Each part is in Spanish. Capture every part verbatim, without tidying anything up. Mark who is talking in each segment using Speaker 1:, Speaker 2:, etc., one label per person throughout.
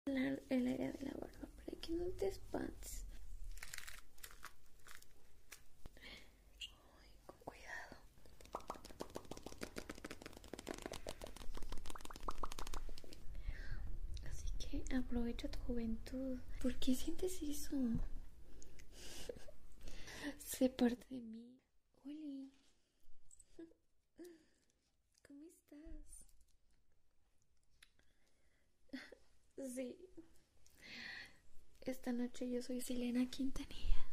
Speaker 1: El, el área de la barba para que no te espantes. Ay, con cuidado. Así que aprovecha tu juventud. ¿Por qué sientes eso? Sé parte de mí. Oli, ¿cómo estás? Sí. Esta noche yo soy Selena Quintanilla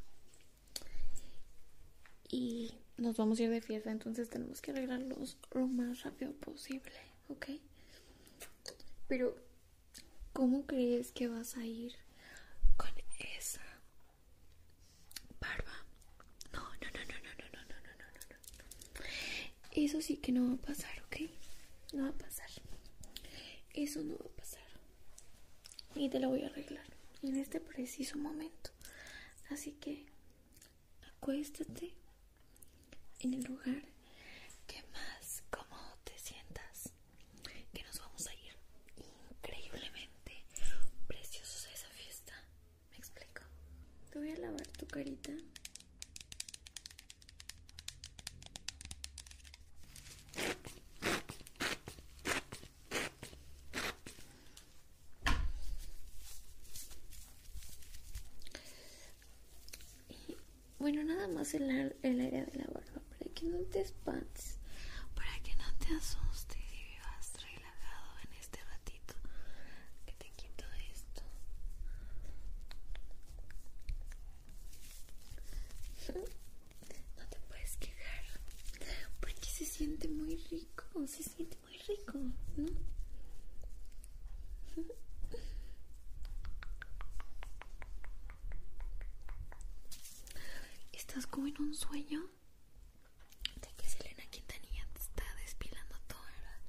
Speaker 1: y nos vamos a ir de fiesta, entonces tenemos que arreglarlos lo más rápido posible, ¿ok? Pero, ¿cómo crees que vas a ir con esa barba? No, no, no, no, no, no, no, no, no, no, no. Eso sí que no va a pasar, ¿ok? No va a pasar. Eso no va a pasar. Y te lo voy a arreglar en este preciso momento. Así que acuéstate en el lugar que más cómodo te sientas, que nos vamos a ir increíblemente preciosos a esa fiesta. ¿Me explico? Te voy a lavar tu carita. Y bueno, nada más el, el área de la barba para que no te espantes, para que no te asustes y vivas relajado en este ratito que te quito esto. No te puedes quejar porque se siente muy rico, se siente muy rico, ¿no? ¿Estás como en un sueño? De que Selena Quintanilla te está despilando toda.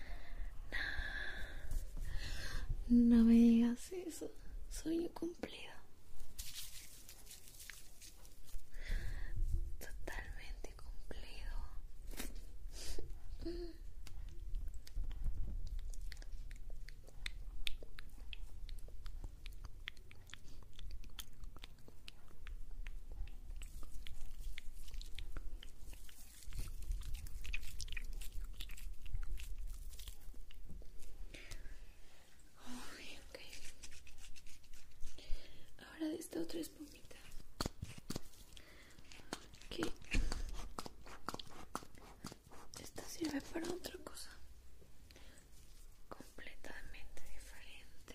Speaker 1: No, no me digas eso. Sueño cumplido. Totalmente cumplido. Ay, ok. Ahora de esta otra espumita. Que esta sirve para otra cosa. Completamente diferente.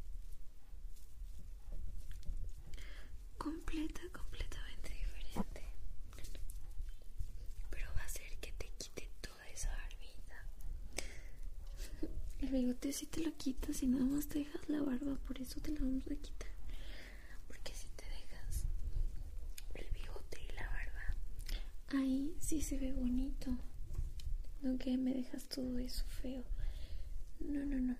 Speaker 1: Completa, completamente diferente. Pero va a ser que te quite toda esa barbita. El bigote sí te lo quitas y nada más te dejas la barba, por eso te la vamos a quitar. Porque si te dejas el bigote y la barba, ahí sí se ve bonito. No que me dejas todo eso feo. No, no, no.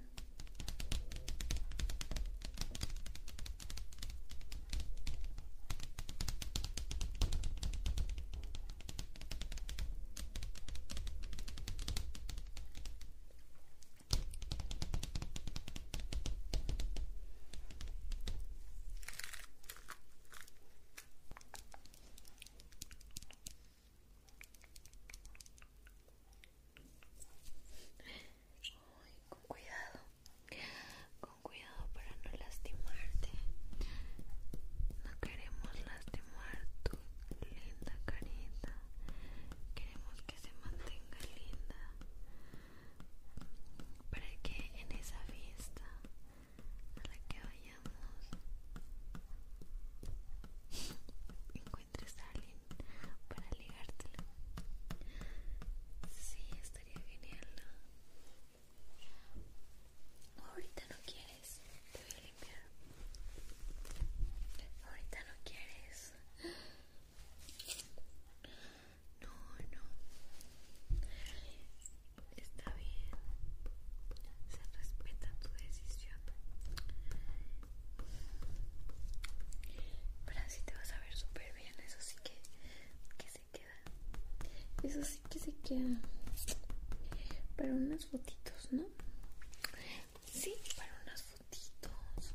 Speaker 1: Con cuidado, con cuidado para no lastimarte. No queremos lastimar tu linda carita. Queremos que se mantenga linda para que en esa fiesta a la que vayamos encuentres a alguien para ligártelo. Sí, estaría genial, ¿no? Ahorita no quieres, te voy a limpiar. Ahorita no quieres. No, no. Está bien. Se respeta tu decisión. Pero así te vas a ver súper bien. Eso sí que, que se queda. Eso sí que se queda. Para unas fotitos, ¿no? Sí, para unas fotitos.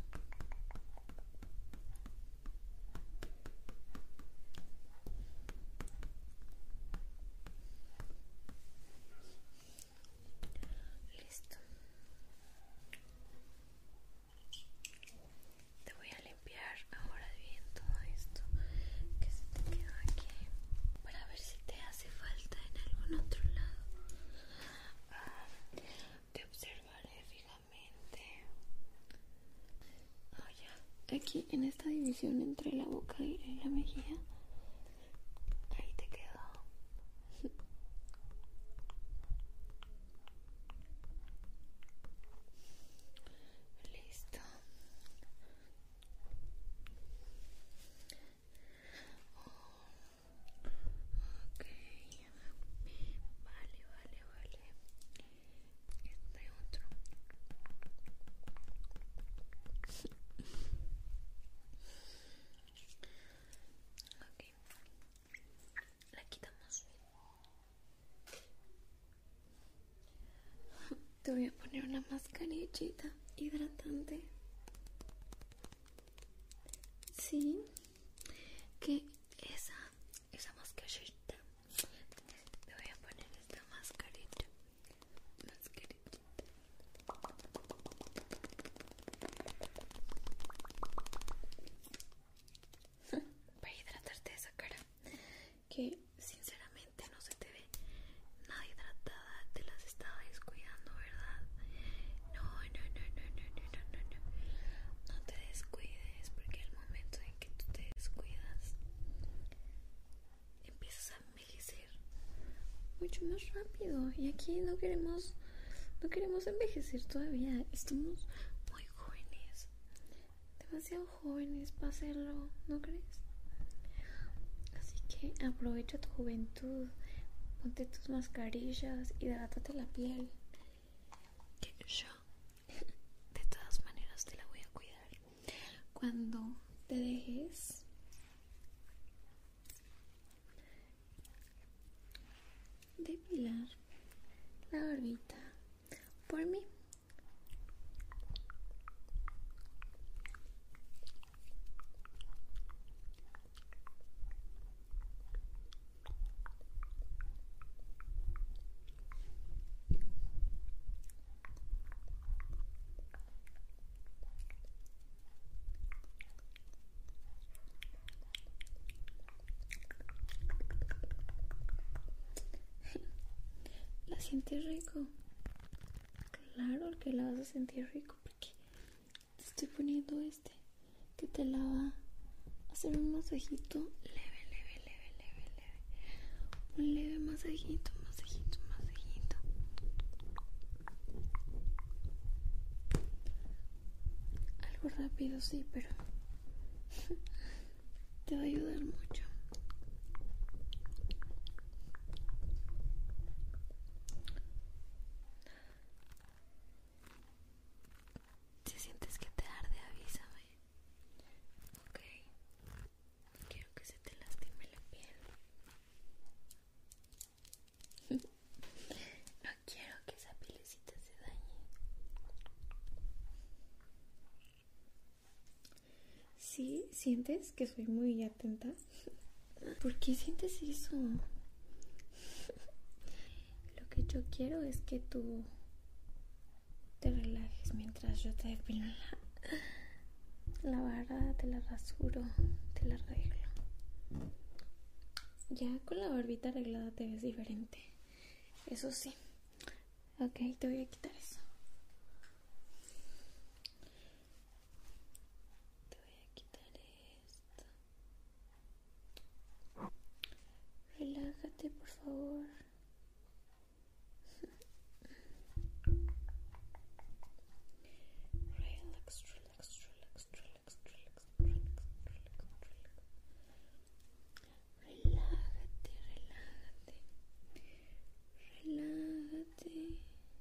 Speaker 1: aquí en esta división entre la boca y la mejilla. Ahí te quedó. Listo. Ok. Vale, vale, vale. Este otro. Ok. La quitamos. Te voy a poner una mascarillita hidratante. Sí, que esa, esa mascarita. Te voy a poner esta mascarita. Mascarita. Para hidratarte esa cara. Que sinceramente no se te ve nada hidratada. Te las estaba descuidando, ¿verdad? No, no, no, no, no, no, no, no, no. No te descuides, porque al momento en que tú te descuidas, empiezas a envejecer mucho más rápido. Y aquí no queremos, no queremos envejecer todavía. Estamos muy jóvenes, demasiado jóvenes para hacerlo, ¿no crees? Así que aprovecha tu juventud, ponte tus mascarillas, hidrátate la piel. Que yo, de todas maneras, te la voy a cuidar. Cuando te dejes depilar la barbita por mí. ¿La sientes rico? Claro que la vas a sentir rico, porque te estoy poniendo este que te la va a hacer un masajito leve, leve, leve, leve, leve. Un leve masajito, masajito, masajito. Algo rápido, sí, pero te va a ayudar mucho. Si sientes que te arde, avísame. Ok. No quiero que se te lastime la piel. No quiero que esa pielecita se dañe. ¿Sí? ¿Sientes que soy muy atenta? ¿Por qué sientes eso? Lo que yo quiero es que tú te relajes mientras yo te depilo la, la barba, te la rasuro, te la arreglo. Ya con la barbita arreglada te ves diferente. Eso sí. Ok, te voy a quitar eso. Te voy a quitar esto. Relájate, por favor. Relax, relax, relax, relax, relax, relax, relax, relax. Relájate, relájate. Relájate.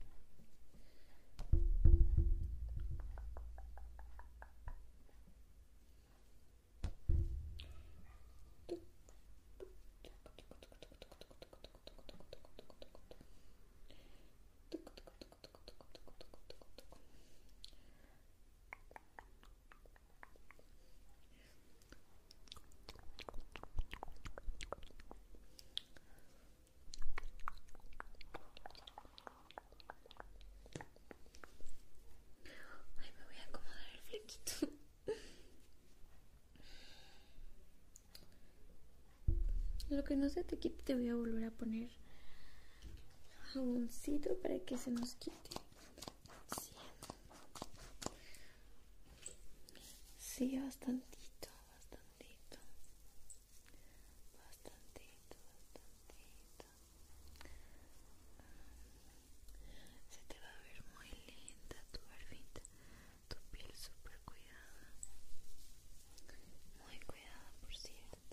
Speaker 1: Ay, me voy a acomodar el flequito. Lo que no se te quite, te voy a volver a poner jaboncito para que se nos quite. Sí. Sí, bastantito, bastantito. Bastantito, bastantito. Se te va a ver muy linda tu barbita, tu piel súper cuidada. Muy cuidada, por cierto.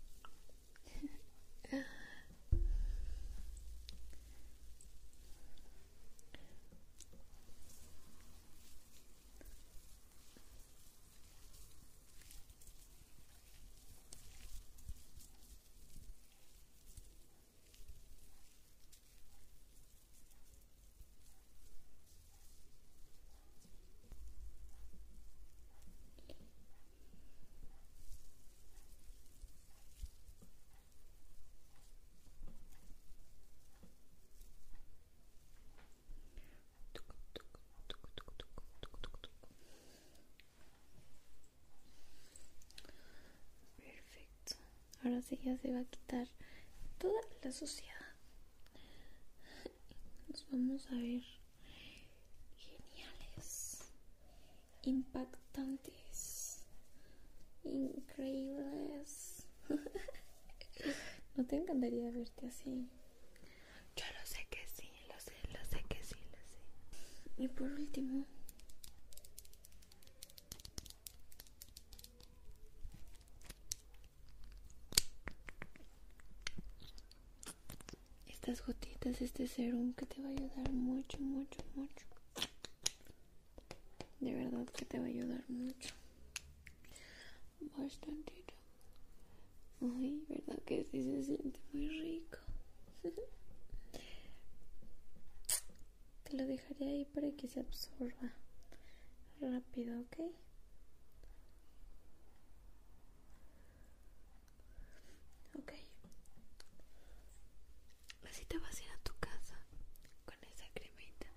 Speaker 1: Perfecto. Ahora sí ya se va a quitar toda la suciedad. Nos vamos a ver geniales, impactantes, increíbles. ¿No te encantaría verte así? Yo lo sé que sí, lo sé, lo sé que sí, lo sé. Y por último, estas gotitas, este serum que te va a ayudar mucho, mucho, mucho. De verdad que te va a ayudar mucho. Bastantito. Ay, verdad que sí se siente muy rico. Te lo dejaré ahí para que se absorba rápido, ¿ok? Ok. Así te vas a ir a tu casa con esa cremita.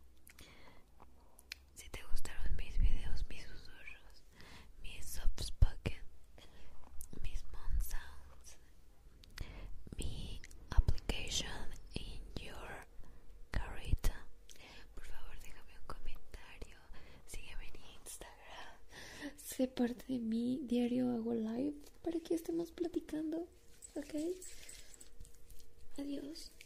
Speaker 1: Si te gustaron mis videos, mis susurros, mis soft spoken, mis mom sounds, mi application in your carita, por favor déjame un comentario, sígueme en Instagram, sé parte de mi diario, hago live para que estemos platicando, ¿ok? Adiós.